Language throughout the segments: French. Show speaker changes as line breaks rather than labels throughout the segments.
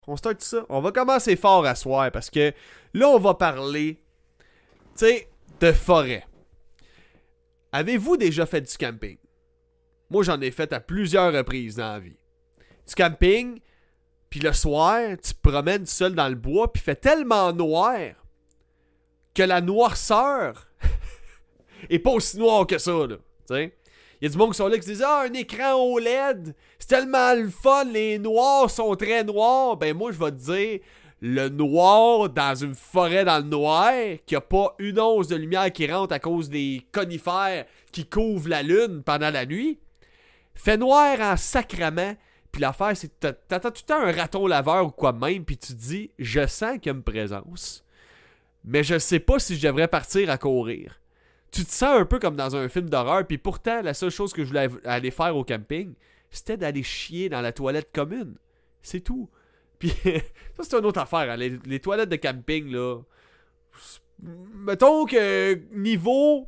On start ça. On va commencer fort à soir parce que là, on va parler, tu sais, de forêt. Avez-vous déjà fait du camping? Moi, j'en ai fait à plusieurs reprises dans la vie. Du camping, puis le soir, tu te promènes seul dans le bois, puis il fait tellement noir que la noirceur est pas aussi noire que ça, là. Tu sais? Il y a du monde qui sont là qui se disent « Ah, un écran OLED, c'est tellement le fun, les noirs sont très noirs. » Ben moi, je vais te dire, le noir dans une forêt dans le noir, qu'il n'y a pas une once de lumière qui rentre à cause des conifères qui couvrent la lune pendant la nuit, fait noir en sacrament. Puis l'affaire, c'est que t'attends tout le temps un raton laveur ou quoi de même, puis tu te dis « Je sens qu'il y a une présence, mais je sais pas si je devrais partir à courir. » Tu te sens un peu comme dans un film d'horreur, puis pourtant, la seule chose que je voulais aller faire au camping, c'était d'aller chier dans la toilette commune. C'est tout. Puis, ça, c'est une autre affaire. Hein. Les toilettes de camping, là. Mettons que niveau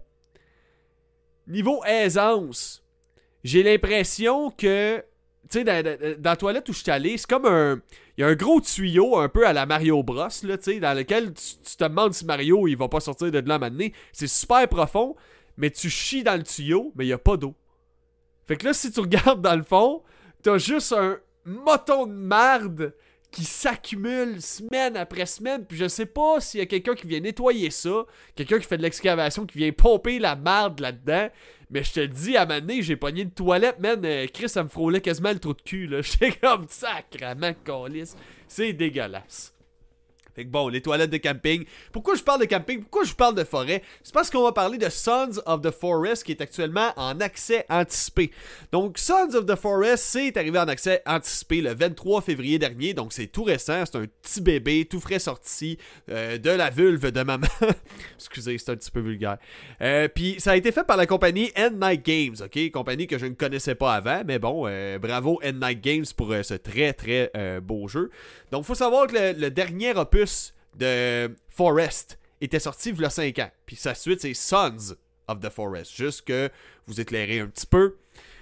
aisance, j'ai l'impression que, tu sais, dans la toilette où je suis allé, c'est comme un... Il y a un gros tuyau, un peu à la Mario Bros, là, tu sais, dans lequel tu te demandes si Mario, il va pas sortir de là maintenant. C'est super profond, mais tu chies dans le tuyau, mais il y a pas d'eau. Fait que là, si tu regardes dans le fond, t'as juste un moton de marde qui s'accumule semaine après semaine, puis je sais pas s'il y a quelqu'un qui vient nettoyer ça, quelqu'un qui fait de l'excavation, qui vient pomper la marde là-dedans, mais je te le dis, à un moment donné, j'ai pogné une toilette, man, Chris, ça me frôlait quasiment le trou de cul, là. J'étais comme sacrement câlisse. C'est dégueulasse. Fait que bon, les toilettes de camping. Pourquoi je parle de camping? Pourquoi je parle de forêt? C'est parce qu'on va parler de Sons of the Forest qui est actuellement en accès anticipé. Donc, Sons of the Forest, c'est arrivé en accès anticipé le 23 février dernier. Donc, c'est tout récent. C'est un petit bébé tout frais sorti de la vulve de maman. Excusez, c'est un petit peu vulgaire. Puis, ça a été fait par la compagnie End Night Games, ok? Compagnie que je ne connaissais pas avant. Mais bon, bravo End Night Games pour ce très, très beau jeu. Donc, il faut savoir que le dernier opus de Forest était sorti il y a 5 ans. Puis sa suite, c'est Sons of the Forest. Juste que vous éclairez un petit peu.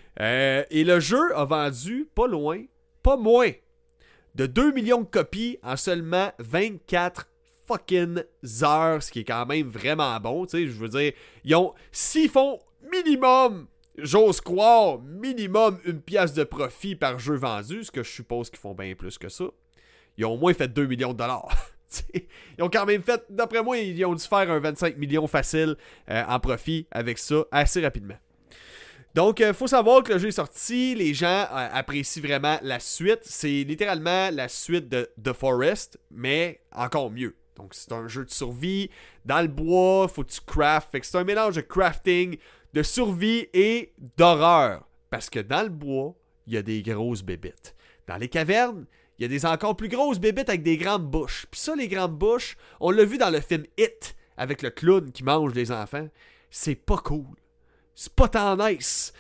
Et le jeu a vendu pas moins de 2 millions de copies en seulement 24 fucking heures. Ce qui est quand même vraiment bon. Tu sais, je veux dire, s'ils font minimum, j'ose croire, minimum une pièce de profit par jeu vendu, ce que je suppose qu'ils font bien plus que ça. Ils ont au moins fait 2 millions de dollars. Ils ont quand même fait, d'après moi, ils ont dû faire un 25 millions facile en profit avec ça assez rapidement. Donc, faut savoir que le jeu est sorti, les gens apprécient vraiment la suite. C'est littéralement la suite de The Forest, mais encore mieux. Donc, c'est un jeu de survie dans le bois, faut que tu craftes. Fait que c'est un mélange de crafting, de survie et d'horreur. Parce que dans le bois, il y a des grosses bébites. Dans les cavernes, il y a des encore plus grosses bébites avec des grandes bouches. Puis ça, les grandes bouches, on l'a vu dans le film It, avec le clown qui mange les enfants. C'est pas cool. C'est pas tant nice.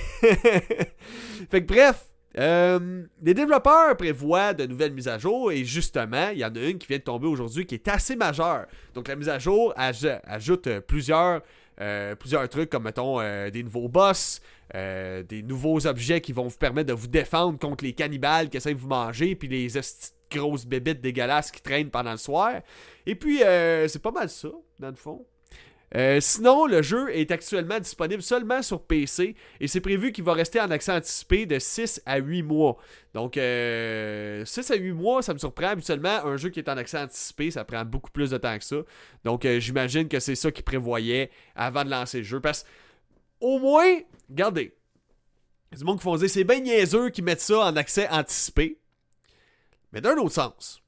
Fait que bref, les développeurs prévoient de nouvelles mises à jour et justement, il y en a une qui vient de tomber aujourd'hui qui est assez majeure. Donc la mise à jour ajoute plusieurs trucs comme mettons des nouveaux boss, des nouveaux objets qui vont vous permettre de vous défendre contre les cannibales qui essaient de vous manger, puis les grosses bébites dégueulasses qui traînent pendant le soir. Et puis c'est pas mal ça, dans le fond. Sinon, le jeu est actuellement disponible seulement sur PC et c'est prévu qu'il va rester en accès anticipé de 6 à 8 mois. Donc, 6 à 8 mois, ça me surprend. Habituellement, un jeu qui est en accès anticipé, ça prend beaucoup plus de temps que ça. Donc, j'imagine que c'est ça qu'ils prévoyaient avant de lancer le jeu. Parce au moins, regardez, il y a du monde qui font dire c'est bien niaiseux qu'ils mettent ça en accès anticipé. Mais d'un autre sens,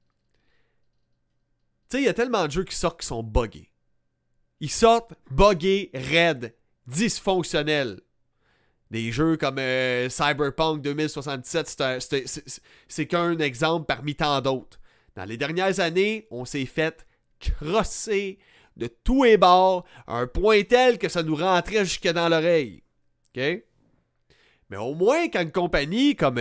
tu sais, il y a tellement de jeux qui sortent qui sont buggés. Ils sortent buggés, raides, dysfonctionnels. Des jeux comme Cyberpunk 2077, c'est qu'un exemple parmi tant d'autres. Dans les dernières années, on s'est fait crosser de tous les bords à un point tel que ça nous rentrait jusque dans l'oreille. OK? Mais au moins, quand une compagnie comme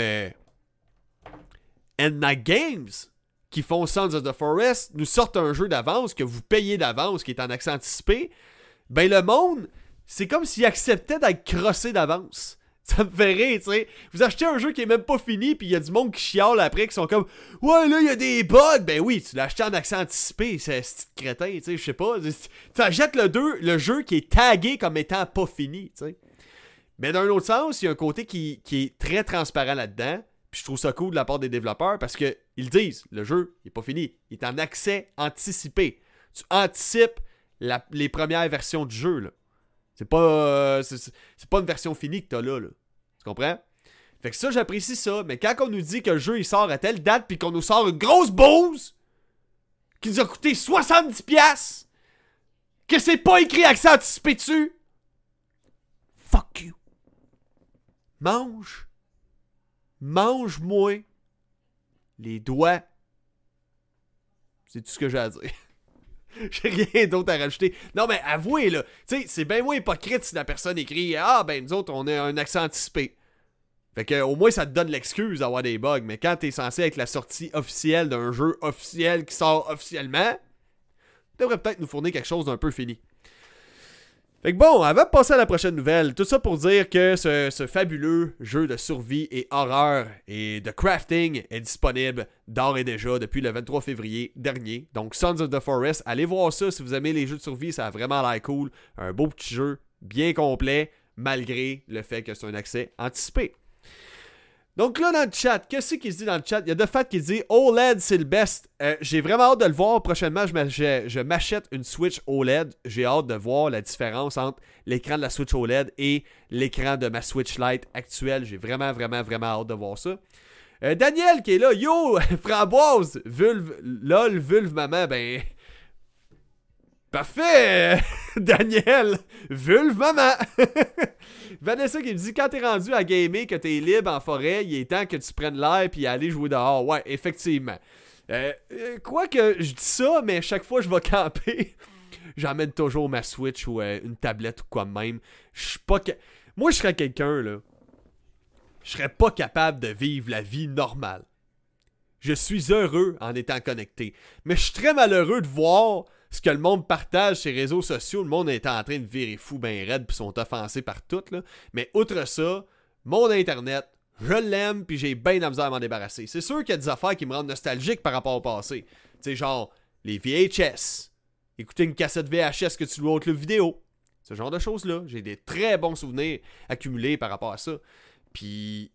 End Night Games qui font Sons of the Forest, nous sortent un jeu d'avance, que vous payez d'avance, qui est en accès anticipé, ben le monde, c'est comme s'il acceptait d'être crossé d'avance. Ça me fait rire, tu sais. Vous achetez un jeu qui est même pas fini, puis il y a du monde qui chiale après, qui sont comme « Ouais, là, il y a des bugs! » Ben oui, tu l'as acheté en accès anticipé, c'est ce petit crétin, tu sais, je sais pas. Tu achètes le jeu qui est tagué comme étant pas fini, tu sais. Mais d'un autre sens, il y a un côté qui est très transparent là-dedans, puis je trouve ça cool de la part des développeurs, parce que ils disent, le jeu, il est pas fini, il est en accès anticipé. Tu anticipes les premières versions du jeu, là. C'est pas, c'est pas une version finie que t'as là. Tu comprends? Fait que ça, j'apprécie ça. Mais quand on nous dit que le jeu il sort à telle date puis qu'on nous sort une grosse bouse qui nous a coûté 70$, que c'est pas écrit accès anticipé dessus, fuck you. Mange-moi les doigts. C'est tout ce que j'ai à dire. J'ai rien d'autre à rajouter. Non, mais avouez, là. Tu sais, c'est bien moins hypocrite si la personne écrit « Ah, ben nous autres, on a un accès anticipé. » Fait que au moins, ça te donne l'excuse d'avoir des bugs. Mais quand t'es censé être la sortie officielle d'un jeu officiel qui sort officiellement, tu devrais peut-être nous fournir quelque chose d'un peu fini. Fait que bon, avant de passer à la prochaine nouvelle, tout ça pour dire que ce fabuleux jeu de survie et horreur et de crafting est disponible d'ores et déjà depuis le 23 février dernier. Donc Sons of the Forest, allez voir ça si vous aimez les jeux de survie, ça a vraiment l'air cool. Un beau petit jeu, bien complet, malgré le fait que c'est un accès anticipé. Donc là, dans le chat, qu'est-ce qui se dit dans le chat? Il y a de fait qui dit OLED, c'est le best. J'ai vraiment hâte de le voir. Prochainement, je m'achète une Switch OLED. J'ai hâte de voir la différence entre l'écran de la Switch OLED et l'écran de ma Switch Lite actuelle. J'ai vraiment hâte de voir ça. Daniel qui est là. Yo, framboise, vulve, lol, vulve, maman. Ben, parfait, Daniel, vulve, maman. Vanessa qui me dit, quand t'es rendu à gamer, que t'es libre en forêt, il est temps que tu prennes l'air puis aller jouer dehors. Ouais, effectivement. Quoique je dis ça, mais chaque fois que je vais camper, j'emmène toujours ma Switch ou une tablette ou quoi de même. Je suis pas... Moi, je serais quelqu'un, là. Je serais pas capable de vivre la vie normale. Je suis heureux en étant connecté. Mais je suis très malheureux de voir ce que le monde partage sur les réseaux sociaux. Le monde est en train de virer fou ben raide puis sont offensés par tout, là. Mais outre ça, mon Internet, je l'aime puis j'ai bien la misère à m'en débarrasser. C'est sûr qu'il y a des affaires qui me rendent nostalgique par rapport au passé. Tu sais, genre les VHS. Écouter une cassette VHS que tu loues au club vidéo. Ce genre de choses-là. J'ai des très bons souvenirs accumulés par rapport à ça. Puis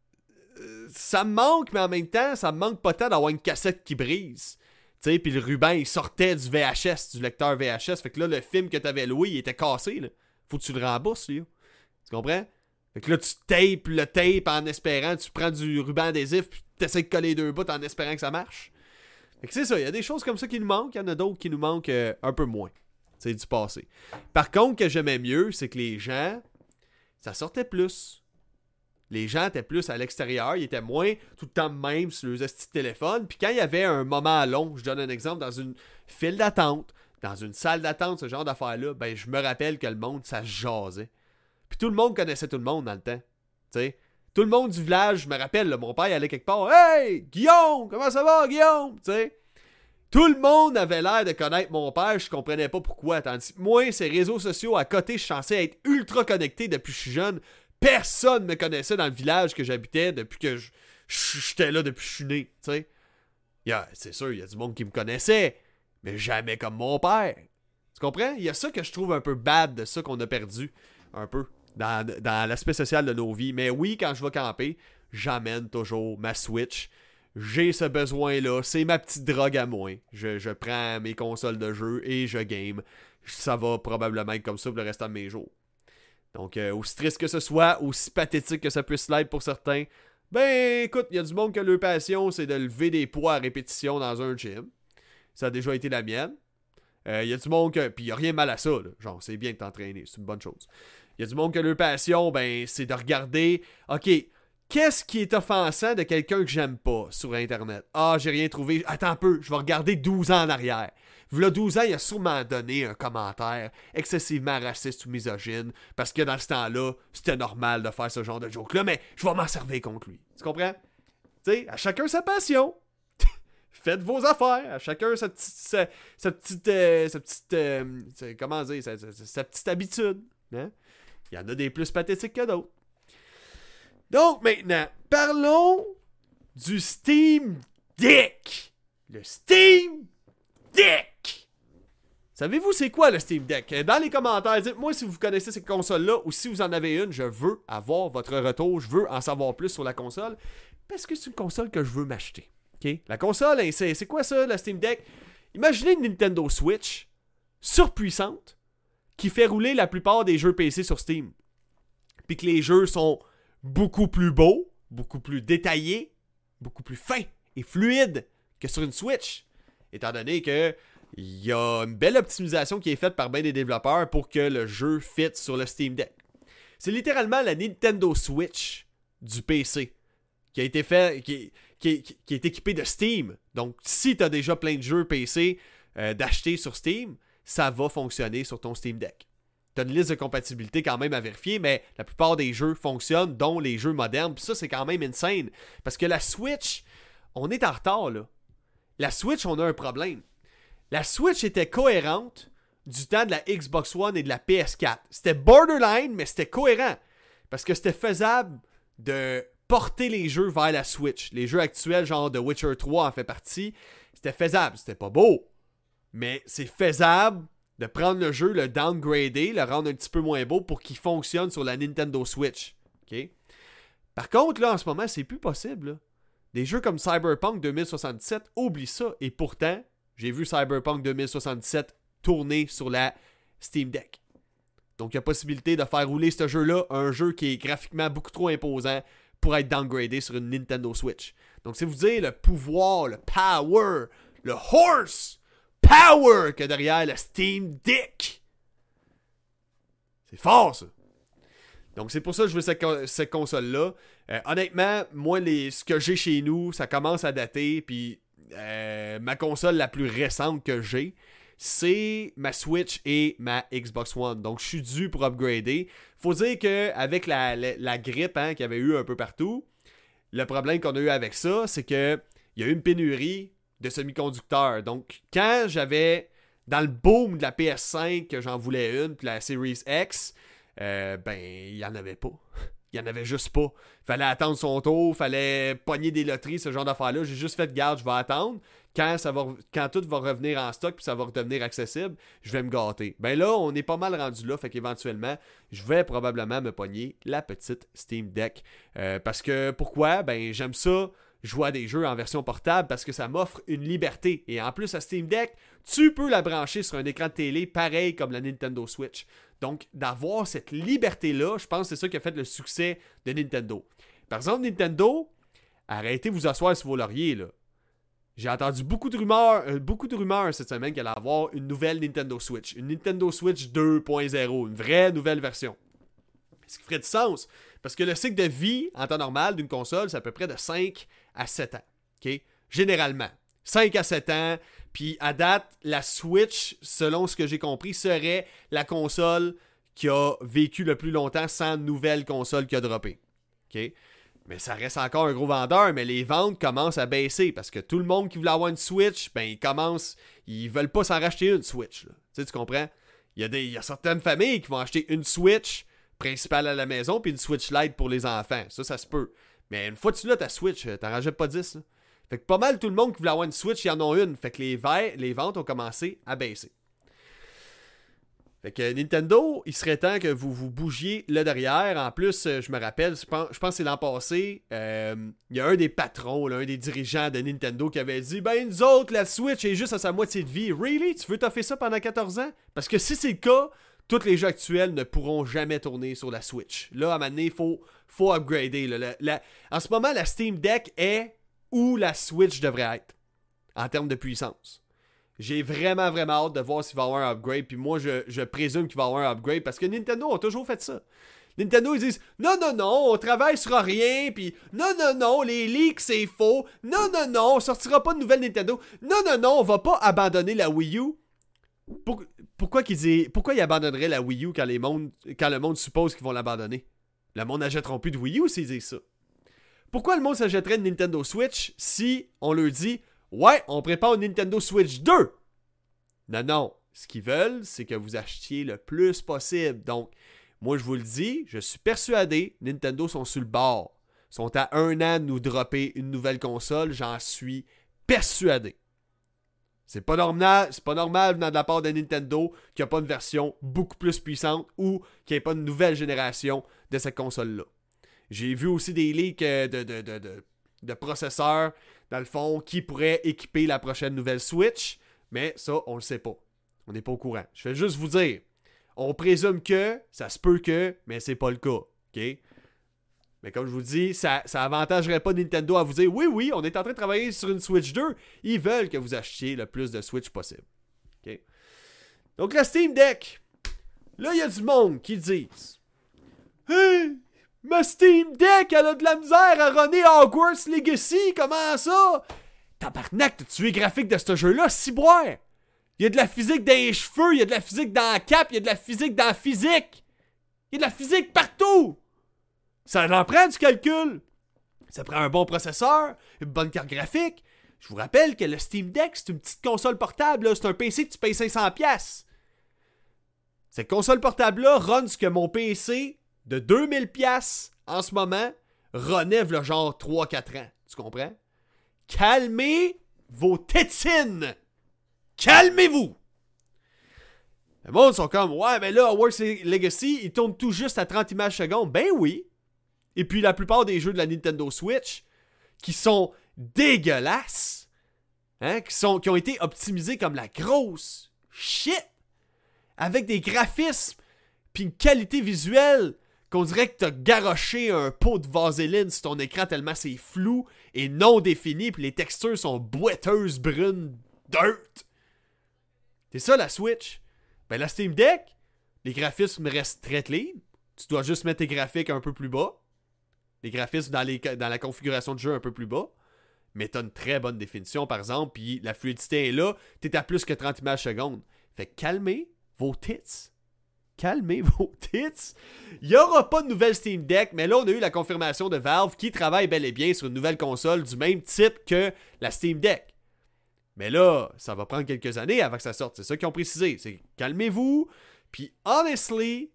ça me manque, mais en même temps, ça me manque pas tant d'avoir une cassette qui brise. Tu sais, puis le ruban, il sortait du VHS, du lecteur VHS. Fait que là, le film que t'avais loué, il était cassé, là. Faut que tu le rembourses, là. Tu comprends? Fait que là, tu tapes le tape en espérant, tu prends du ruban adhésif, puis t'essaies de coller les deux bouts en espérant que ça marche. Fait que c'est ça, il y a des choses comme ça qui nous manquent, il y en a d'autres qui nous manquent un peu moins. C'est du passé. Par contre, ce que j'aimais mieux, c'est que les gens, ça sortait plus. Les gens étaient plus à l'extérieur, ils étaient moins tout le temps même sur leurs petits téléphones. Puis quand il y avait un moment long, je donne un exemple, dans une file d'attente, dans une salle d'attente, ce genre d'affaires-là, ben je me rappelle que le monde, ça se jasait. Puis tout le monde connaissait tout le monde dans le temps. T'sais. Tout le monde du village, je me rappelle, là, mon père il allait quelque part. Hey, Guillaume, comment ça va, Guillaume? T'sais. Tout le monde avait l'air de connaître mon père, je comprenais pas pourquoi. Tandis que moi, ces réseaux sociaux à côté, je suis censé être ultra connecté depuis que je suis jeune. Personne me connaissait dans le village que j'habitais depuis que j'étais là depuis que je suis né, tu sais. C'est sûr, il y a du monde qui me connaissait, mais jamais comme mon père. Tu comprends? Il y a ça que je trouve un peu bad de ça qu'on a perdu, un peu, dans l'aspect social de nos vies. Mais oui, quand je vais camper, j'emmène toujours ma Switch. J'ai ce besoin-là, c'est ma petite drogue à moi. Je prends mes consoles de jeu et je game. Ça va probablement être comme ça pour le restant de mes jours. Donc, aussi triste que ce soit, aussi pathétique que ça puisse l'être pour certains, ben écoute, il y a du monde que leur passion, c'est de lever des poids à répétition dans un gym. Ça a déjà été la mienne. Il y a du monde que... Puis il n'y a rien de mal à ça, là. Genre, c'est bien de t'entraîner, c'est une bonne chose. Il y a du monde que leur passion, ben, c'est de regarder... OK, qu'est-ce qui est offensant de quelqu'un que j'aime pas sur Internet? Ah, j'ai rien trouvé. Attends un peu, je vais regarder 12 ans en arrière. V'là 12 ans, il a sûrement donné un commentaire excessivement raciste ou misogyne, parce que dans ce temps-là, c'était normal de faire ce genre de joke-là, mais je vais m'en servir contre lui. Tu comprends? Tu sais, à chacun sa passion. Faites vos affaires. À chacun sa petite comment dire, sa petite habitude. Hein? Il y en a des plus pathétiques que d'autres. Donc maintenant, parlons du Steam Deck. Le Steam Deck. Savez-vous c'est quoi le Steam Deck? Dans les commentaires, dites-moi si vous connaissez cette console-là ou si vous en avez une. Je veux avoir votre retour. Je veux en savoir plus sur la console. Parce que c'est une console que je veux m'acheter. Okay? La console, c'est quoi ça, la Steam Deck? Imaginez une Nintendo Switch surpuissante qui fait rouler la plupart des jeux PC sur Steam. Puis que les jeux sont beaucoup plus beaux, beaucoup plus détaillés, beaucoup plus fins et fluides que sur une Switch. Étant donné que il y a une belle optimisation qui est faite par bien des développeurs pour que le jeu fit sur le Steam Deck. C'est littéralement la Nintendo Switch du PC qui a été fait, qui est équipé de Steam. Donc, si tu as déjà plein de jeux PC d'acheter sur Steam, ça va fonctionner sur ton Steam Deck. Tu as une liste de compatibilité quand même à vérifier, mais la plupart des jeux fonctionnent, dont les jeux modernes. Puis ça, c'est quand même insane. Parce que la Switch, on est en retard, là. La Switch, on a un problème. La Switch était cohérente du temps de la Xbox One et de la PS4. C'était borderline, mais c'était cohérent. Parce que c'était faisable de porter les jeux vers la Switch. Les jeux actuels, genre The Witcher 3 en fait partie. C'était faisable. C'était pas beau. Mais c'est faisable de prendre le jeu, le downgrader, le rendre un petit peu moins beau pour qu'il fonctionne sur la Nintendo Switch. Okay? Par contre, là, en ce moment, c'est plus possible. Là. Des jeux comme Cyberpunk 2077, oublie ça. Et pourtant, j'ai vu Cyberpunk 2077 tourner sur la Steam Deck. Donc, il y a possibilité de faire rouler ce jeu-là, un jeu qui est graphiquement beaucoup trop imposant pour être downgradé sur une Nintendo Switch. Donc, c'est vous dire le pouvoir, le power, le horse power que derrière la Steam Deck. C'est fort, ça. Donc, c'est pour ça que je veux cette console-là. Honnêtement, moi, ce que j'ai chez nous, ça commence à dater. Puis, ma console la plus récente que j'ai, c'est ma Switch et ma Xbox One. Donc, je suis dû pour upgrader. Faut dire qu'avec la grippe qu'il y avait eu un peu partout, le problème qu'on a eu avec ça, c'est qu'il y a eu une pénurie de semi-conducteurs. Donc, quand j'avais, dans le boom de la PS5, que j'en voulais une, puis la Series X, il n'y en avait pas. Il n'y en avait juste pas. Fallait attendre son tour, fallait pogner des loteries, ce genre d'affaires-là. J'ai juste fait garde, je vais attendre. Quand tout va revenir en stock puis ça va redevenir accessible, je vais me gâter. Ben là, on est pas mal rendu là, fait qu'éventuellement, je vais probablement me pogner la petite Steam Deck. Parce que, pourquoi? Ben, j'aime ça jouer à des jeux en version portable parce que ça m'offre une liberté. Et en plus, la Steam Deck, tu peux la brancher sur un écran de télé pareil comme la Nintendo Switch. Donc, d'avoir cette liberté-là, je pense que c'est ça qui a fait le succès de Nintendo. Par exemple, Nintendo, arrêtez de vous asseoir sur vos lauriers, là. J'ai entendu beaucoup de rumeurs cette semaine qu'elle allait avoir une nouvelle Nintendo Switch. Une Nintendo Switch 2.0, une vraie nouvelle version. Ce qui ferait du sens. Parce que le cycle de vie, en temps normal, d'une console, c'est à peu près de 5 à 7 ans. Okay? Généralement. 5 à 7 ans. Puis à date, la Switch, selon ce que j'ai compris, serait la console qui a vécu le plus longtemps sans nouvelle console qui a droppé. Okay? Mais ça reste encore un gros vendeur, mais les ventes commencent à baisser parce que tout le monde qui voulait avoir une Switch, ben ils veulent pas s'en racheter une Switch. Tu comprends? Il y a certaines familles qui vont acheter une Switch principale à la maison puis une Switch Lite pour les enfants. Ça se peut. Mais une fois que tu l'as ta Switch, t'en rajoutes pas 10. Là. Fait que pas mal tout le monde qui voulait avoir une Switch, ils en ont une. Fait que les ventes ont commencé à baisser. Fait que Nintendo, il serait temps que vous bougiez là derrière. En plus, je me rappelle, je pense que c'est l'an passé, il y a un des patrons, là, un des dirigeants de Nintendo qui avait dit « Ben nous autres, la Switch est juste à sa moitié de vie. Really? Tu veux t'offrir ça pendant 14 ans? » Parce que si c'est le cas, tous les jeux actuels ne pourront jamais tourner sur la Switch. Là, à un moment donné, il faut upgrader. Là. En ce moment, la Steam Deck est où la Switch devrait être en termes de puissance. J'ai vraiment hâte de voir s'il va y avoir un upgrade. Puis moi, je présume qu'il va y avoir un upgrade parce que Nintendo a toujours fait ça. Nintendo, ils disent « Non, on travaille sur rien. » Puis « Non, les leaks, c'est faux. Non, on sortira pas de nouvelle Nintendo. Non, on va pas abandonner la Wii U. » Pourquoi ils abandonneraient la Wii U quand le monde suppose qu'ils vont l'abandonner? Le monde n'achètera plus de Wii U s'ils disent ça. Pourquoi le monde s'achèterait une Nintendo Switch si on leur dit « Ouais, on prépare une Nintendo Switch 2 ». Non. Ce qu'ils veulent, c'est que vous achetiez le plus possible. Donc, moi, je vous le dis, je suis persuadé, Nintendo sont sur le bord sont à 1 an de nous dropper une nouvelle console, j'en suis persuadé. C'est pas normal venant de la part de Nintendo qu'il n'y a pas une version beaucoup plus puissante ou qu'il n'y ait pas une nouvelle génération de cette console-là. J'ai vu aussi des leaks de processeurs, dans le fond, qui pourraient équiper la prochaine nouvelle Switch, mais ça, on le sait pas. On n'est pas au courant. Je vais juste vous dire, on présume que, ça se peut que, mais c'est pas le cas, ok? Mais comme je vous dis, ça avantagerait pas Nintendo à vous dire oui, on est en train de travailler sur une Switch 2. Ils veulent que vous achetiez le plus de Switch possible. Okay? Donc, la Steam Deck. Là, il y a du monde qui disent hey, ma Steam Deck, elle a de la misère à runner Hogwarts Legacy. Comment ça? Tabarnak, t'as tué les graphiques de ce jeu-là, ciboire. Il y a de la physique dans les cheveux, il y a de la physique dans la cape, il y a de la physique dans la physique. Il y a de la physique partout. Ça en prend du calcul. Ça prend un bon processeur, une bonne carte graphique. Je vous rappelle que le Steam Deck, c'est une petite console portable. Là. C'est un PC que tu payes 500$. Cette console portable-là run ce que mon PC de 2000$ en ce moment runnait le genre 3-4 ans. Tu comprends? Calmez vos tétines! Calmez-vous! Le monde sont comme, ouais, mais là, Hogwarts Legacy, il tourne tout juste à 30 images secondes. Ben oui! Et puis la plupart des jeux de la Nintendo Switch, qui sont dégueulasses, hein, qui ont été optimisés comme la grosse shit, avec des graphismes, puis une qualité visuelle, qu'on dirait que t'as garoché un pot de vaseline sur ton écran tellement c'est flou et non défini, puis les textures sont boiteuses, brunes, dirt. C'est ça la Switch. Ben la Steam Deck, les graphismes restent très clean. Tu dois juste mettre tes graphiques un peu plus bas. Les graphismes dans la configuration de jeu un peu plus bas. Mais t'as une très bonne définition, par exemple, puis la fluidité est là. T'es à plus que 30 images secondes. Fait que calmez vos tits. Calmez vos tits. Il n'y aura pas de nouvelle Steam Deck, mais là, on a eu la confirmation de Valve qui travaille bel et bien sur une nouvelle console du même type que la Steam Deck. Mais là, ça va prendre quelques années avant que ça sorte. C'est ça qu'ils ont précisé. C'est calmez-vous. Puis, honestly,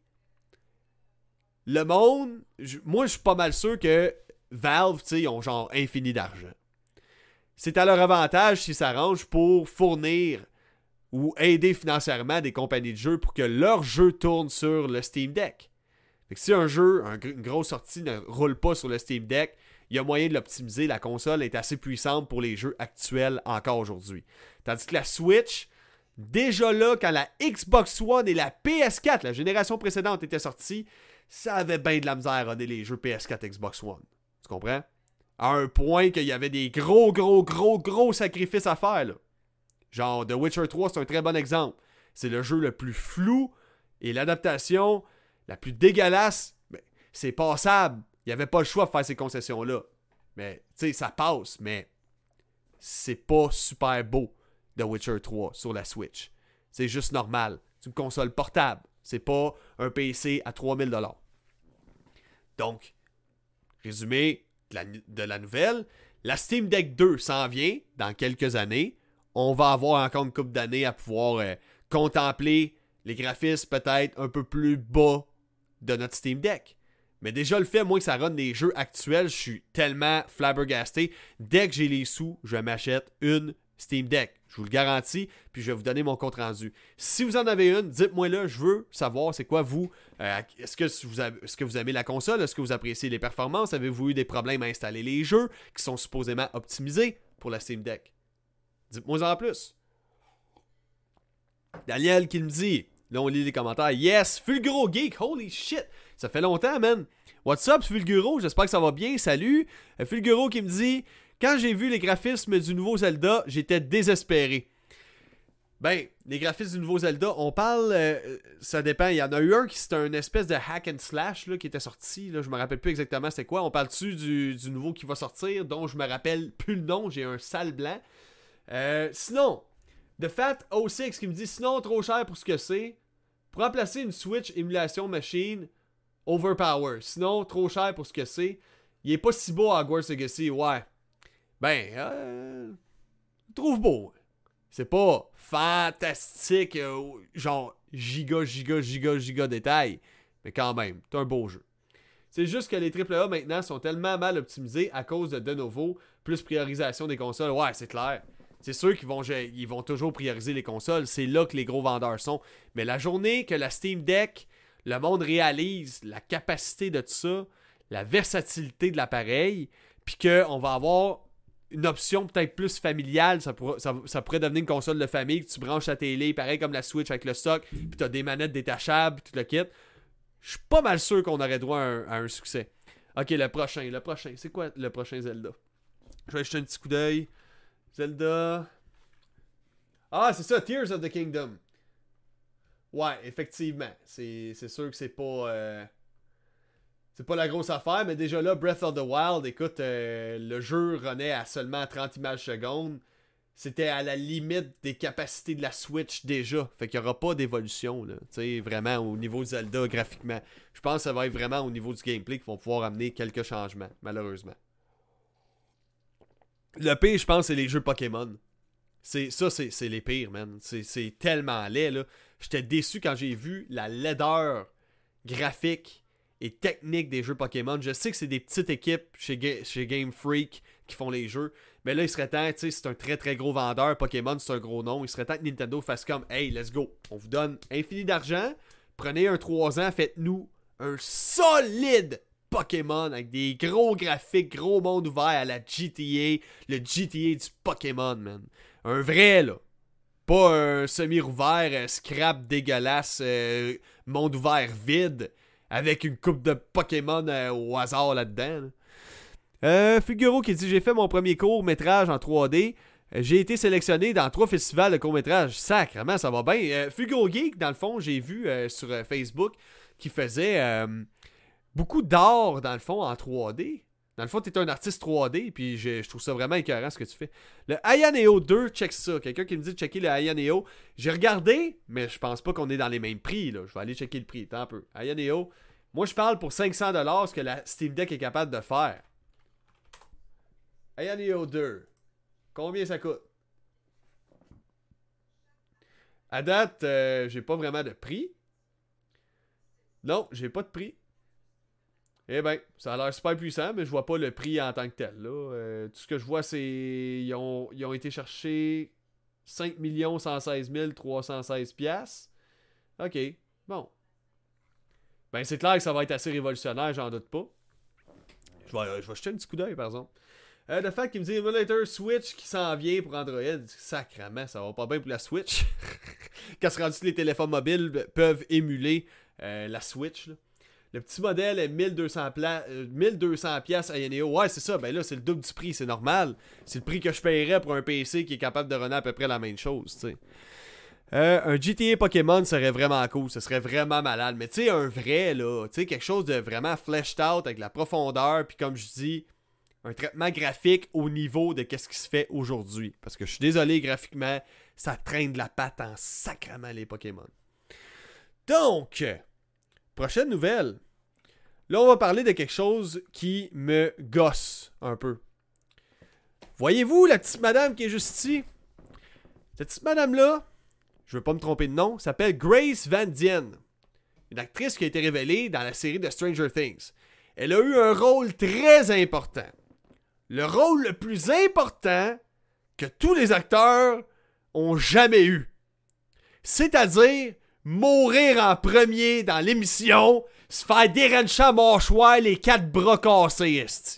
le monde, moi, je suis pas mal sûr que Valve, tu sais, ils ont genre infini d'argent. C'est à leur avantage s'ils s'arrangent pour fournir ou aider financièrement des compagnies de jeux pour que leur jeu tourne sur le Steam Deck. Fait que si un jeu, une grosse sortie ne roule pas sur le Steam Deck, il y a moyen de l'optimiser. La console est assez puissante pour les jeux actuels encore aujourd'hui. Tandis que la Switch, déjà là, quand la Xbox One et la PS4, la génération précédente, étaient sorties, ça avait bien de la misère à runner les jeux PS4 Xbox One. Tu comprends? À un point qu'il y avait des gros sacrifices à faire, là. Genre, The Witcher 3, c'est un très bon exemple. C'est le jeu le plus flou et l'adaptation la plus dégueulasse. Mais c'est passable. Il n'y avait pas le choix de faire ces concessions-là. Mais, tu sais, ça passe, mais c'est pas super beau, The Witcher 3 sur la Switch. C'est juste normal. C'est une console portable. C'est pas un PC à 3000$. Donc, résumé de la nouvelle, la Steam Deck 2 s'en vient dans quelques années. On va avoir encore une couple d'années à pouvoir contempler les graphismes peut-être un peu plus bas de notre Steam Deck. Mais déjà le fait, moi, que ça run des jeux actuels, je suis tellement flabbergasté. Dès que j'ai les sous, je m'achète une Steam Deck. Je vous le garantis, puis je vais vous donner mon compte rendu. Si vous en avez une, dites-moi là, je veux savoir c'est quoi vous. Est-ce que vous aimez la console? Est-ce que vous appréciez les performances? Avez-vous eu des problèmes à installer les jeux qui sont supposément optimisés pour la Steam Deck? Dites-moi en plus. Daniel qui me dit, là on lit les commentaires, yes, Fulguro Geek, holy shit, ça fait longtemps, man. What's up, Fulguro, j'espère que ça va bien, salut. Fulguro qui me dit, quand j'ai vu les graphismes du nouveau Zelda, j'étais désespéré. Ben, les graphismes du nouveau Zelda, on parle, ça dépend, il y en a eu un qui c'était une espèce de hack and slash là, qui était sorti, là, je me rappelle plus exactement c'était quoi, on parle-tu du nouveau qui va sortir, dont je me rappelle plus le nom, j'ai un sale blanc. Sinon, The Fat 06 qui me dit sinon trop cher pour ce que c'est. Pour remplacer une Switch émulation machine, overpower. Sinon trop cher pour ce que c'est. Il est pas si beau à Hogwarts Legacy, ouais. Ben, trouve beau. C'est pas fantastique, genre giga détail. Mais quand même, c'est un beau jeu. C'est juste que les AAA maintenant sont tellement mal optimisés à cause de novo, plus priorisation des consoles. Ouais, c'est clair. C'est sûr ils vont toujours prioriser les consoles. C'est là que les gros vendeurs sont. Mais la journée que la Steam Deck, le monde réalise la capacité de tout ça, la versatilité de l'appareil, puis qu'on va avoir une option peut-être plus familiale, ça pourrait devenir une console de famille que tu branches à télé, pareil comme la Switch avec le stock, puis t'as des manettes détachables, tout le kit. Je suis pas mal sûr qu'on aurait droit à un succès. Ok, le prochain. C'est quoi le prochain Zelda? Je vais jeter un petit coup d'œil. Zelda... Ah, c'est ça, Tears of the Kingdom. Ouais, effectivement. C'est sûr que c'est pas... C'est pas la grosse affaire, mais déjà là, Breath of the Wild, écoute, le jeu renaît à seulement 30 images secondes. C'était à la limite des capacités de la Switch déjà. Fait qu'il n'y aura pas d'évolution, là. Tu sais, vraiment, au niveau de Zelda, graphiquement. Je pense que ça va être vraiment au niveau du gameplay qu'ils vont pouvoir amener quelques changements, malheureusement. Le pire, je pense, c'est les jeux Pokémon. C'est les pires, man. C'est tellement laid, là. J'étais déçu quand j'ai vu la laideur graphique et technique des jeux Pokémon. Je sais que c'est des petites équipes chez Game Freak qui font les jeux, mais là, il serait temps, tu sais, c'est un très très gros vendeur. Pokémon, c'est un gros nom. Il serait temps que Nintendo fasse comme, hey, let's go. On vous donne infini d'argent. Prenez un 3 ans, faites-nous un solide Pokémon avec des gros graphiques, gros monde ouvert à la GTA, le GTA du Pokémon, man. Un vrai, là. Pas un semi-rouvert, scrap dégueulasse, monde ouvert vide, avec une coupe de Pokémon au hasard là-dedans. Là. Figuro qui dit « J'ai fait mon premier court-métrage en 3D. J'ai été sélectionné dans 3 festivals de court-métrage. Sacrement, ça va bien. Figuro Geek, dans le fond, j'ai vu sur Facebook, qui faisait beaucoup d'art, dans le fond, en 3D. Dans le fond, t'es un artiste 3D, puis je trouve ça vraiment écœurant ce que tu fais. Le Ayaneo 2, check ça. Quelqu'un qui me dit de checker le Ayaneo. J'ai regardé, mais je pense pas qu'on est dans les mêmes prix. Là. Je vais aller checker le prix. Attends un peu. Ayaneo. Moi, je parle pour 500$ ce que la Steam Deck est capable de faire. Ayaneo 2. Combien ça coûte? À date, j'ai pas vraiment de prix. Non, j'ai pas de prix. Eh ben, ça a l'air super puissant, mais je vois pas le prix en tant que tel. Là. Tout ce que je vois, c'est... Ils ont été chercher 5 116 316 piastres. Ok, bon. Ben, c'est clair que ça va être assez révolutionnaire, j'en doute pas. Je vais jeter un petit coup d'œil, par exemple. Le fait qu'il me dit Emulator Switch qui s'en vient pour Android. Sacrement, ça va pas bien pour la Switch. Quand c'est rendu que les téléphones mobiles peuvent émuler la Switch, là. Le petit modèle est 1200 piastres à Yaneo. Ouais, c'est ça. Ben là, c'est le double du prix. C'est normal. C'est le prix que je paierais pour un PC qui est capable de runner à peu près la même chose, tu sais. Un GTA Pokémon serait vraiment cool. Ce serait vraiment malade. Mais tu sais, un vrai, là. Tu sais, quelque chose de vraiment fleshed out avec la profondeur. Puis comme je dis, un traitement graphique au niveau de qu'est-ce qui se fait aujourd'hui. Parce que je suis désolé, graphiquement, ça traîne de la patte en sacrament les Pokémon. Donc, prochaine nouvelle. Là, on va parler de quelque chose qui me gosse un peu. Voyez-vous la petite madame qui est juste ici? Cette petite madame-là, je veux pas me tromper de nom, s'appelle Grace Van Dien. Une actrice qui a été révélée dans la série de Stranger Things. Elle a eu un rôle très important. Le rôle le plus important que tous les acteurs ont jamais eu. C'est-à-dire mourir en premier dans l'émission, se faire dérancher à mâchoire, les 4 bras cassés, esti.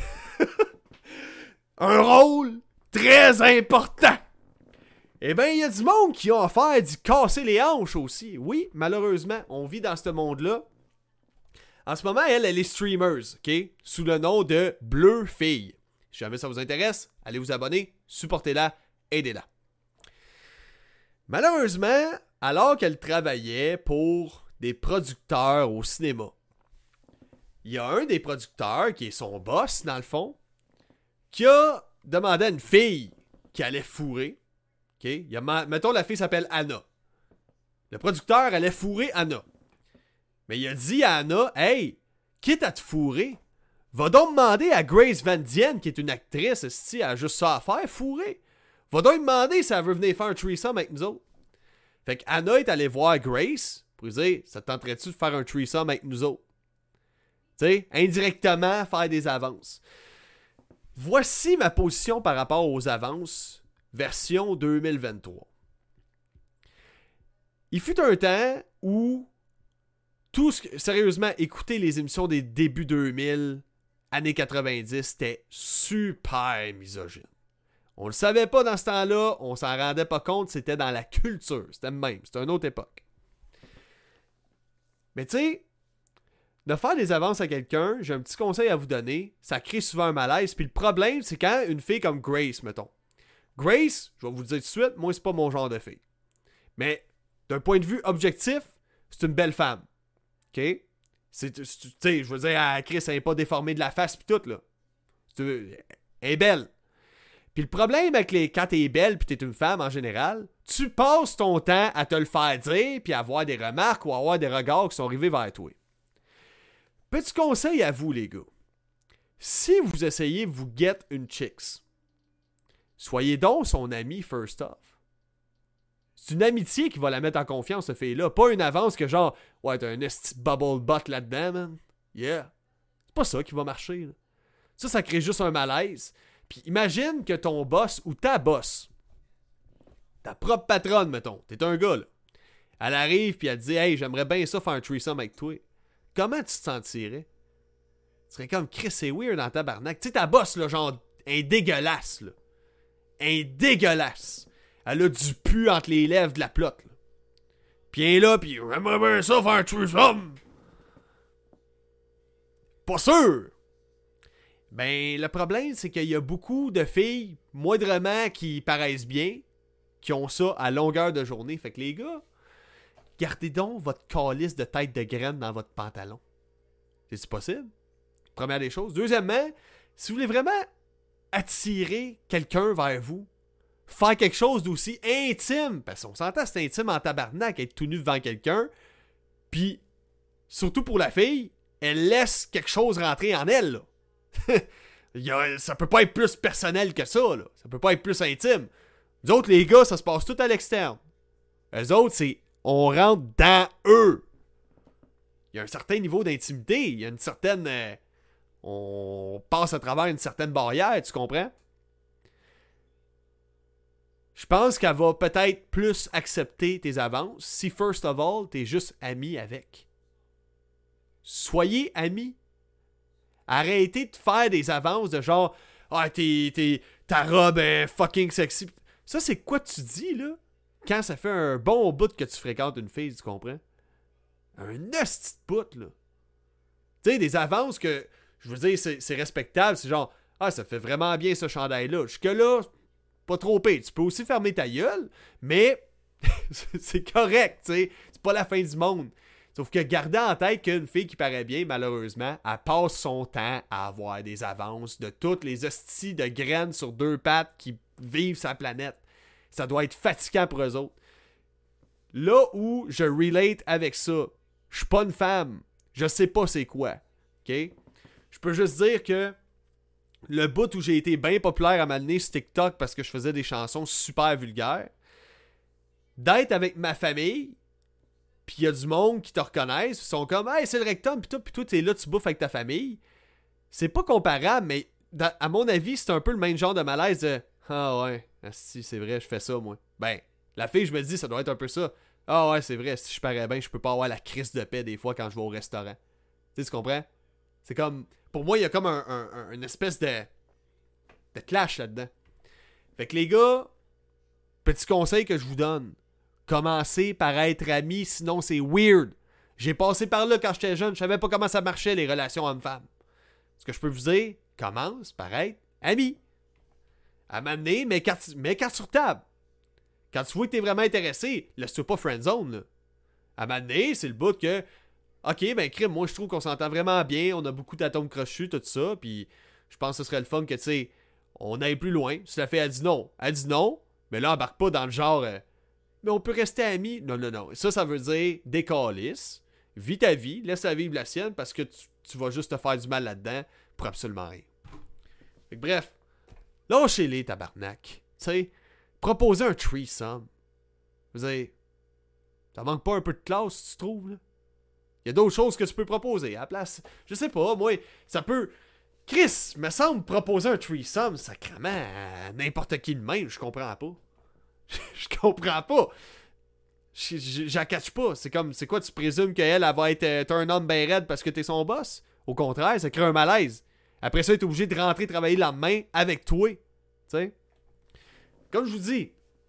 Un rôle très important. Eh bien, il y a du monde qui a affaire d'y casser les hanches aussi. Oui, malheureusement, on vit dans ce monde-là. En ce moment, elle est streamer, ok? Sous le nom de Bleu Fille. Si jamais ça vous intéresse, allez vous abonner, supportez-la, aidez-la. Malheureusement, alors qu'elle travaillait pour des producteurs au cinéma, il y a un des producteurs, qui est son boss dans le fond, qui a demandé à une fille qui allait fourrer. Okay? Mettons, la fille s'appelle Anna. Le producteur allait fourrer Anna. Mais il a dit à Anna, « Hey, quitte à te fourrer, va donc demander à Grace Van Dien, qui est une actrice, si elle a juste ça à faire, fourrer. Va donc demander si elle veut venir faire un threesome avec nous autres. » Fait qu'Anna est allée voir Grace pour lui dire, « Ça te tenterait-tu de faire un threesome avec nous autres? » Tu sais, indirectement, faire des avances. Voici ma position par rapport aux avances version 2023. Il fut un temps où sérieusement, écouter les émissions des débuts 2000, années 90, c'était super misogyne. On le savait pas dans ce temps-là, on s'en rendait pas compte, c'était dans la culture, c'était le même, c'était une autre époque. Mais tu sais, de faire des avances à quelqu'un, j'ai un petit conseil à vous donner, ça crée souvent un malaise, puis le problème, c'est quand une fille comme Grace, mettons. Grace, je vais vous le dire tout de suite, moi, c'est pas mon genre de fille. Mais, d'un point de vue objectif, c'est une belle femme. OK? Tu sais, je veux dire, Chris, elle n'est pas déformée de la face pis tout, là. Elle est belle. Puis le problème avec quand t'es belle pis t'es une femme en général, tu passes ton temps à te le faire dire puis à avoir des remarques ou à avoir des regards qui sont arrivés vers toi. Petit conseil à vous, les gars. Si vous essayez vous get une chicks, soyez donc son ami first off. C'est une amitié qui va la mettre en confiance, cette fille-là. Pas une avance que genre, ouais, t'as un esti bubble butt là-dedans, man. Yeah. C'est pas ça qui va marcher, là. Ça crée juste un malaise. Puis imagine que ton boss ou ta boss, ta propre patronne, mettons, t'es un gars, là. Elle arrive puis elle te dit, hey, j'aimerais bien ça faire un threesome avec toi. Comment tu te sentirais? Tu serais comme, Chris, c'est weird dans ta tabarnak. Tu sais, ta boss, là, genre, elle est dégueulasse, là. Elle est dégueulasse. Elle a du pu entre les lèvres de la plotte, là. Puis elle est là, puis j'aimerais bien ça faire un threesome. Pas sûr! Ben, le problème, c'est qu'il y a beaucoup de filles, moindrement, qui paraissent bien, qui ont ça à longueur de journée. Fait que les gars, gardez donc votre calice de tête de graine dans votre pantalon. C'est possible? Première des choses. Deuxièmement, si vous voulez vraiment attirer quelqu'un vers vous, faire quelque chose d'aussi intime, parce qu'on s'entend, c'est intime en tabarnak, être tout nu devant quelqu'un, puis, surtout pour la fille, elle laisse quelque chose rentrer en elle, là. Ça peut pas être plus personnel que ça, là. Ça peut pas être plus intime. Nous autres, les gars, ça se passe tout à l'externe. Eux autres, c'est on rentre dans eux. Il y a un certain niveau d'intimité. Il y a une certaine... on passe à travers une certaine barrière, tu comprends? Je pense qu'elle va peut-être plus accepter tes avances si, first of all, t'es juste ami avec. Soyez amis. Arrêtez de faire des avances de genre « Ah, ta robe est fucking sexy. » Ça, c'est quoi tu dis, là? Quand ça fait un bon bout que tu fréquentes une fille, tu comprends? Un hostie de bout, là. Tu sais, des avances que, je veux dire, c'est respectable. C'est genre « Ah, ça fait vraiment bien ce chandail-là. » Jusque-là, pas trop pire. Tu peux aussi fermer ta gueule, mais c'est correct, tu sais. C'est pas la fin du monde. Sauf que gardez en tête qu'une fille qui paraît bien, malheureusement, elle passe son temps à avoir des avances de toutes les hosties de graines sur deux pattes qui vivent sa planète. Ça doit être fatigant pour eux autres. Là où je relate avec ça, je suis pas une femme. Je sais pas c'est quoi. OK? Je peux juste dire que le bout où j'ai été bien populaire à m'amener sur TikTok parce que je faisais des chansons super vulgaires, d'être avec ma famille, pis il y a du monde qui te reconnaissent, ils sont comme « Hey, c'est le rectum, pis toi, t'es là, tu bouffes avec ta famille. » C'est pas comparable, mais à mon avis, c'est un peu le même genre de malaise de « Ah ouais, si c'est vrai, je fais ça, moi. » Ben, la fille, je me dis, ça doit être un peu ça. « Ah ouais, c'est vrai, si je parais bien, je peux pas avoir la crise de paix des fois quand je vais au restaurant. » Tu comprends? C'est comme... Pour moi, il y a comme une espèce de clash là-dedans. Fait que les gars, petit conseil que je vous donne. Commencez par être amis, sinon c'est weird. J'ai passé par là quand j'étais jeune, je savais pas comment ça marchait les relations hommes-femmes. Ce que je peux vous dire, commence par être ami. À m'amener, mets carte sur table. Quand tu vois que t'es vraiment intéressé, laisse-toi pas friendzone, là. À m'amener, c'est le bout que, ok, ben crime, moi je trouve qu'on s'entend vraiment bien, on a beaucoup d'atomes crochus, tout ça, puis je pense que ce serait le fun que, tu sais, on aille plus loin. Si la fille a dit non, mais là, embarque pas dans le genre... mais on peut rester amis. Non. Ça veut dire décalisse, vis ta vie, laisse-la vivre la sienne parce que tu vas juste te faire du mal là-dedans pour absolument rien. Fait que bref, lâchez-les, tabarnak. Tu sais, proposez un threesome. Vous savez, ça manque pas un peu de classe, tu trouves, là? Il y a d'autres choses que tu peux proposer. À la place, je sais pas, moi, ça peut... Chris, me semble proposer un threesome sacrément à n'importe qui de même, je comprends pas. Je comprends pas. J'en catch pas. C'est comme, c'est quoi, tu présumes qu'elle va être un homme ben raide parce que t'es son boss? Au contraire, ça crée un malaise. Après ça, t'es obligé de rentrer travailler le lendemain avec toi. Tu sais? Comme je vous dis,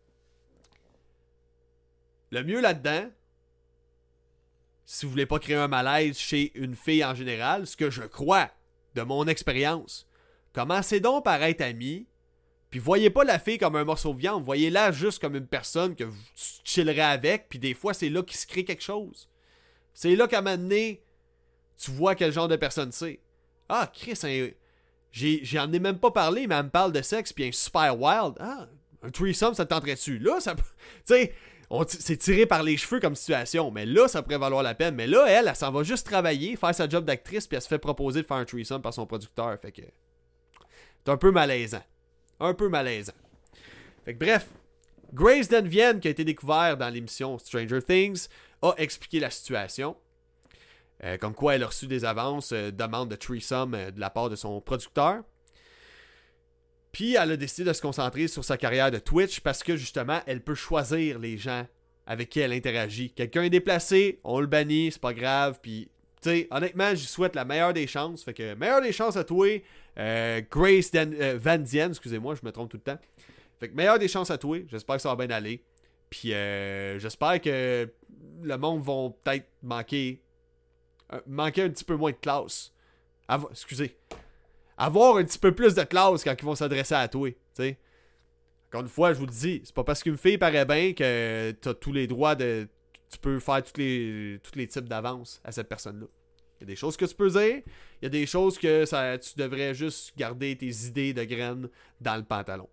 le mieux là-dedans, si vous voulez pas créer un malaise chez une fille en général, ce que je crois de mon expérience, commencez donc par être amis, puis voyez pas la fille comme un morceau de viande, voyez-la juste comme une personne que vous chillerez avec, puis des fois c'est là qu'il se crée quelque chose. C'est là qu'à un moment donné, tu vois quel genre de personne c'est. Ah, Chris, j'en ai même pas parlé, mais elle me parle de sexe, puis un super wild. Ah, un threesome, ça te tenterait-tu? Là, ça... Tu sais, c'est tiré par les cheveux comme situation, mais là, ça pourrait valoir la peine. Mais là, elle s'en va juste travailler, faire sa job d'actrice, puis elle se fait proposer de faire un threesome par son producteur. Fait que... c'est un peu malaisant. Un peu malaisant. Fait que bref, Grace Denvienne, qui a été découvert dans l'émission Stranger Things, a expliqué la situation. Comme quoi elle a reçu des avances, demande de threesome de la part de son producteur. Puis elle a décidé de se concentrer sur sa carrière de Twitch parce que justement, elle peut choisir les gens avec qui elle interagit. Quelqu'un est déplacé, on le bannit, c'est pas grave. Puis, tu sais, honnêtement, je lui souhaite la meilleure des chances. Fait que, meilleure des chances à toi, Grace Van Dien, excusez-moi, je me trompe tout le temps. Fait que, meilleure des chances à toi, j'espère que ça va bien aller. Puis, j'espère que le monde va peut-être manquer un petit peu moins de classe. Excusez. Avoir un petit peu plus de classe quand ils vont s'adresser à toi, tu sais. Encore une fois, je vous le dis, c'est pas parce qu'une fille paraît bien que t'as tous les droits de... Tu peux faire tous les types d'avance à cette personne-là. Il y a des choses que tu peux dire, il y a des choses que tu devrais juste garder tes idées de graines dans le pantalon.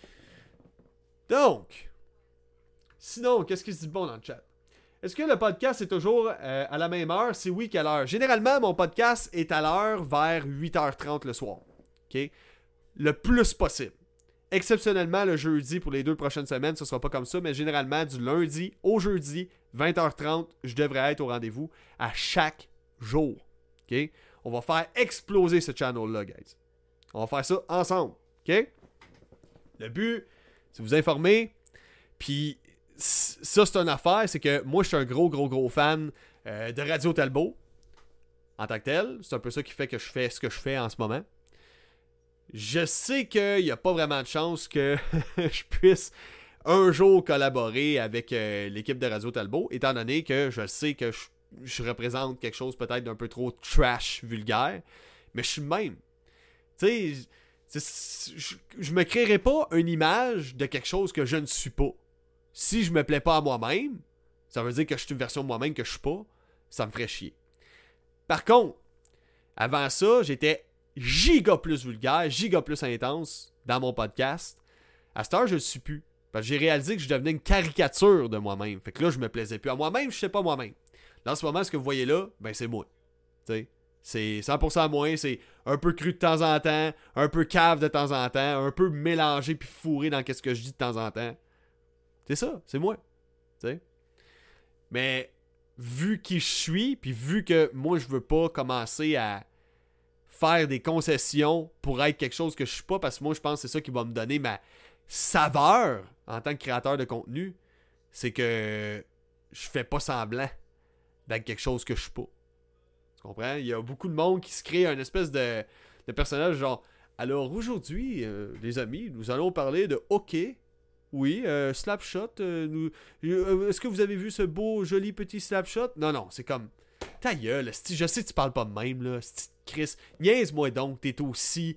Donc, sinon, qu'est-ce qui se dit de bon dans le chat? Est-ce que le podcast est toujours à la même heure? Si oui, quelle heure? Généralement, mon podcast est à l'heure vers 8h30 le soir. OK? Le plus possible. Exceptionnellement, le jeudi pour les 2 prochaines semaines, ce sera pas comme ça, mais généralement, du lundi au jeudi, 20h30, je devrais être au rendez-vous à chaque jour. OK? On va faire exploser ce channel-là, guys. On va faire ça ensemble. OK? Le but, c'est vous informer, puis ça, c'est une affaire, c'est que moi, je suis un gros fan de Radio Talbot, en tant que tel. C'est un peu ça qui fait que je fais ce que je fais en ce moment. Je sais qu'il n'y a pas vraiment de chance que je puisse un jour collaborer avec l'équipe de Radio Talbot, étant donné que je sais que je représente quelque chose peut-être d'un peu trop trash, vulgaire, mais je suis le même. Tu sais, je me créerai pas une image de quelque chose que je ne suis pas. Si je me plais pas à moi-même, ça veut dire que je suis une version de moi-même que je suis pas, ça me ferait chier. Par contre, avant ça, j'étais giga plus vulgaire, giga plus intense dans mon podcast. À cette heure, je le suis plus. Parce que j'ai réalisé que je devenais une caricature de moi-même. Fait que là, je me plaisais plus à moi-même, je sais pas moi-même. Dans ce moment, ce que vous voyez là, ben c'est moi. Tu sais, c'est 100% moi, c'est un peu cru de temps en temps, un peu cave de temps en temps, un peu mélangé puis fourré dans ce que je dis de temps en temps. C'est ça, c'est moi. T'sais? Mais vu qui je suis, puis vu que moi je veux pas commencer à faire des concessions pour être quelque chose que je suis pas, parce que moi je pense que c'est ça qui va me donner ma saveur en tant que créateur de contenu, c'est que je fais pas semblant d'être quelque chose que je suis pas. Tu comprends? Il y a beaucoup de monde qui se crée un espèce de personnage genre, alors aujourd'hui, les amis, nous allons parler de hockey. Oui, Slapshot. Est-ce que vous avez vu ce beau, joli petit Slapshot? Non, c'est comme... Ta gueule, je sais que tu parles pas de même, là. Chris, niaise-moi donc, t'es aussi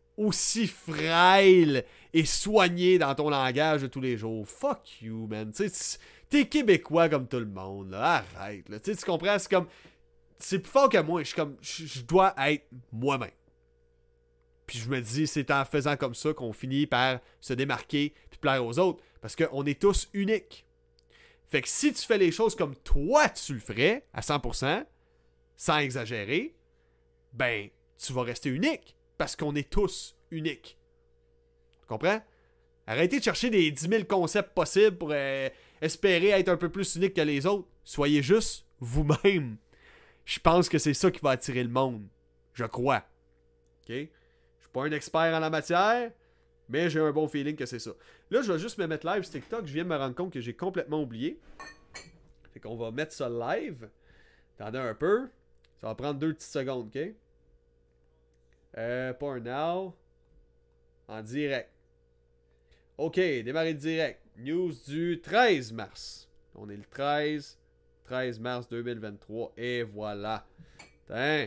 frêle et soigné dans ton langage de tous les jours. Fuck you, man. T'es québécois comme tout le monde, là. Arrête, là. Tu comprends? C'est comme... C'est plus fort que moi. Je dois être moi-même. Puis je me dis, c'est en faisant comme ça qu'on finit par se démarquer puis plaire aux autres. Parce qu'on est tous uniques. Fait que si tu fais les choses comme toi tu le ferais, à 100%, sans exagérer, ben, tu vas rester unique. Parce qu'on est tous uniques. Tu comprends? Arrêtez de chercher des 10 000 concepts possibles pour espérer être un peu plus unique que les autres. Soyez juste vous-même. Je pense que c'est ça qui va attirer le monde. Je crois. OK? Je suis pas un expert en la matière, mais j'ai un bon feeling que c'est ça. Là, je vais juste me mettre live sur TikTok. Je viens de me rendre compte que j'ai complètement oublié. Fait qu'on va mettre ça live. Attendez un peu. Ça va prendre 2 petites secondes, OK? Pas un now. En direct. OK, démarrer direct. News du 13 mars. On est le 13 mars 2023. Et voilà. Tain.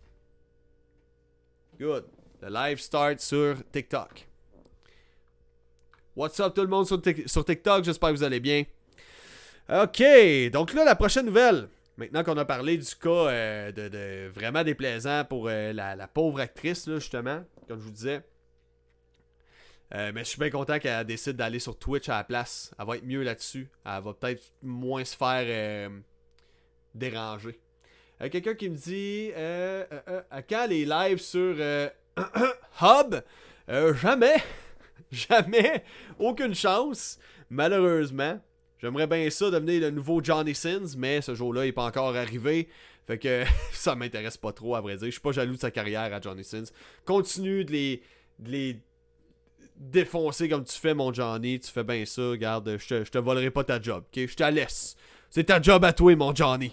Good. Le live start sur TikTok. What's up tout le monde sur TikTok? J'espère que vous allez bien. OK. Donc là, la prochaine nouvelle. Maintenant qu'on a parlé du cas de vraiment déplaisant pour la pauvre actrice, là, justement, comme je vous disais. Mais je suis bien content qu'elle décide d'aller sur Twitch à la place. Elle va être mieux là-dessus. Elle va peut-être moins se faire déranger. Quelqu'un qui me dit à quand les lives sur Hub? Jamais. Jamais. Aucune chance. Malheureusement. J'aimerais bien ça devenir le nouveau Johnny Sins, mais ce jour-là, il n'est pas encore arrivé. Fait que ça m'intéresse pas trop, à vrai dire. Je suis pas jaloux de sa carrière à Johnny Sins. Continue de les défoncer comme tu fais, mon Johnny. Tu fais bien ça. Regarde, je te volerai pas ta job, ok? Je te la laisse. C'est ta job à toi, mon Johnny.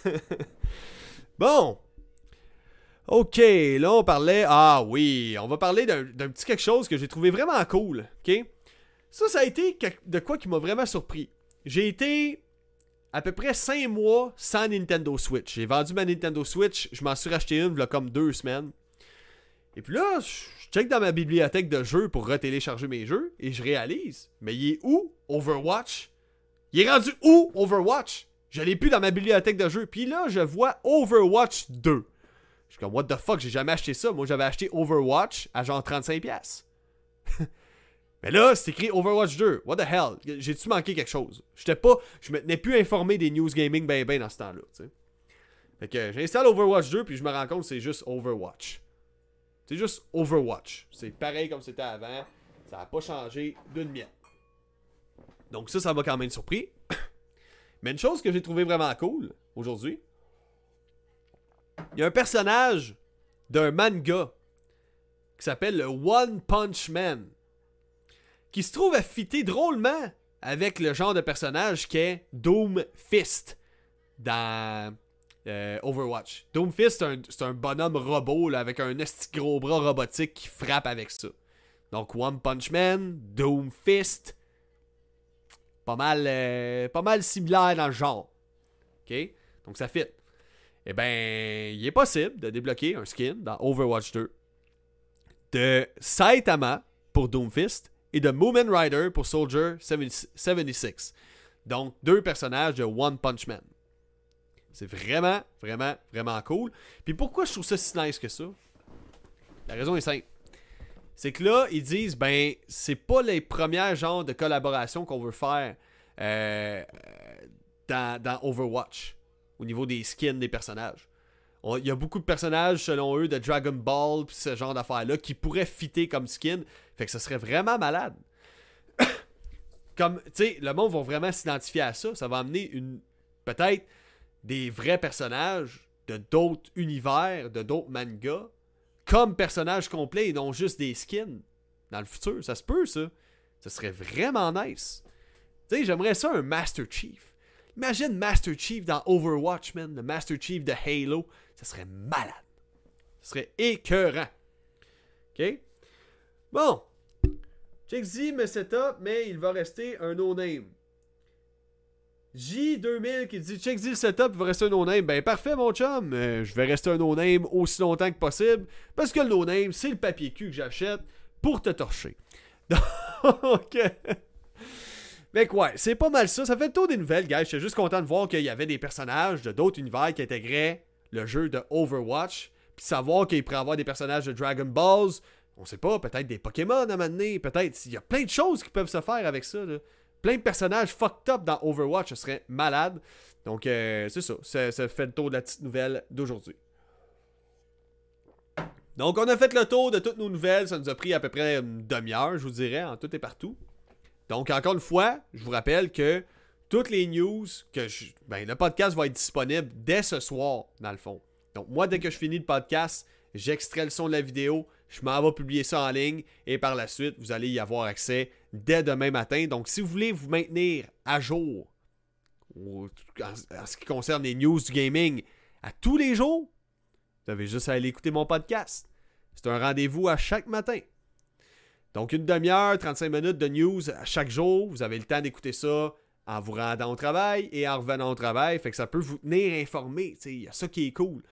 Bon. Ok, là, on parlait... Ah oui, on va parler d'un petit quelque chose que j'ai trouvé vraiment cool, ok? Ça a été de quoi qui m'a vraiment surpris. J'ai été à peu près 5 mois sans Nintendo Switch. J'ai vendu ma Nintendo Switch, je m'en suis racheté une, il y a comme 2 semaines. Et puis là, je check dans ma bibliothèque de jeux pour retélécharger mes jeux, et je réalise, mais il est où Overwatch? Il est rendu où Overwatch? Je l'ai plus dans ma bibliothèque de jeux. Puis là, je vois Overwatch 2. Je suis comme, what the fuck, j'ai jamais acheté ça. Moi, j'avais acheté Overwatch à genre 35$. Mais là, c'est écrit Overwatch 2. What the hell? J'ai-tu manqué quelque chose? Je me tenais plus informé des news gaming ben dans ce temps-là, tu sais. Fait que j'installe Overwatch 2, puis je me rends compte que c'est juste Overwatch. C'est juste Overwatch. C'est pareil comme c'était avant. Ça n'a pas changé d'une miette. Donc ça m'a quand même surpris. Mais une chose que j'ai trouvé vraiment cool aujourd'hui, il y a un personnage d'un manga qui s'appelle le One Punch Man, qui se trouve à fitter drôlement avec le genre de personnage qu'est Doom Fist dans Overwatch. Doom Fist, c'est un bonhomme robot là, avec un esti gros bras robotique qui frappe avec ça. Donc One Punch Man, Doom Fist, pas mal similaire dans le genre. OK? Donc ça fit. Eh ben, il est possible de débloquer un skin dans Overwatch 2 de Saitama pour Doom Fist et de Moomin Rider pour Soldier 76. Donc, 2 personnages de One Punch Man. C'est vraiment, vraiment, vraiment cool. Puis pourquoi je trouve ça si nice que ça? La raison est simple. C'est que là, ils disent, ben, c'est pas les premiers genres de collaboration qu'on veut faire dans Overwatch. Au niveau des skins des personnages. Il y a beaucoup de personnages, selon eux, de Dragon Ball pis ce genre d'affaires-là qui pourraient fitter comme skin. Fait que ça serait vraiment malade. Comme, tu sais, le monde va vraiment s'identifier à ça. Ça va amener peut-être des vrais personnages de d'autres univers, de d'autres mangas, comme personnages complets et non juste des skins. Dans le futur, ça se peut, ça. Ça serait vraiment nice. Tu sais, j'aimerais ça un Master Chief. Imagine Master Chief dans Overwatch, man. Le Master Chief de Halo. Ça serait malade. Ça serait écœurant. OK? Bon. Check-Z me setup, mais il va rester un no-name. J2000 qui dit Check-Z le setup, il va rester un no-name. Ben parfait, mon chum. Je vais rester un no-name aussi longtemps que possible. Parce que le no-name, c'est le papier cul que j'achète pour te torcher. Donc... Fait que ouais, c'est pas mal ça. Ça fait le tour des nouvelles, guys. J'étais juste content de voir qu'il y avait des personnages de d'autres univers qui intégraient le jeu de Overwatch. Puis savoir qu'il pourrait y avoir des personnages de Dragon Balls. On sait pas, peut-être des Pokémon à un moment donné. Peut-être. Il y a plein de choses qui peuvent se faire avec ça, là. Plein de personnages fucked up dans Overwatch. Ce serait malade. Donc, c'est ça. Ça fait le tour de la petite nouvelle d'aujourd'hui. Donc, on a fait le tour de toutes nos nouvelles. Ça nous a pris à peu près une demi-heure, je vous dirais, en tout et partout. Donc, encore une fois, je vous rappelle que toutes les news le podcast va être disponible dès ce soir, dans le fond. Donc, moi, dès que je finis le podcast, j'extrais le son de la vidéo, je m'en vais publier ça en ligne et par la suite, vous allez y avoir accès dès demain matin. Donc, si vous voulez vous maintenir à jour en ce qui concerne les news du gaming à tous les jours, vous avez juste à aller écouter mon podcast. C'est un rendez-vous à chaque matin. Donc, une demi-heure, 35 minutes de news à chaque jour. Vous avez le temps d'écouter ça en vous rendant au travail et en revenant au travail. Fait que ça peut vous tenir informé. Il y a ça qui est cool.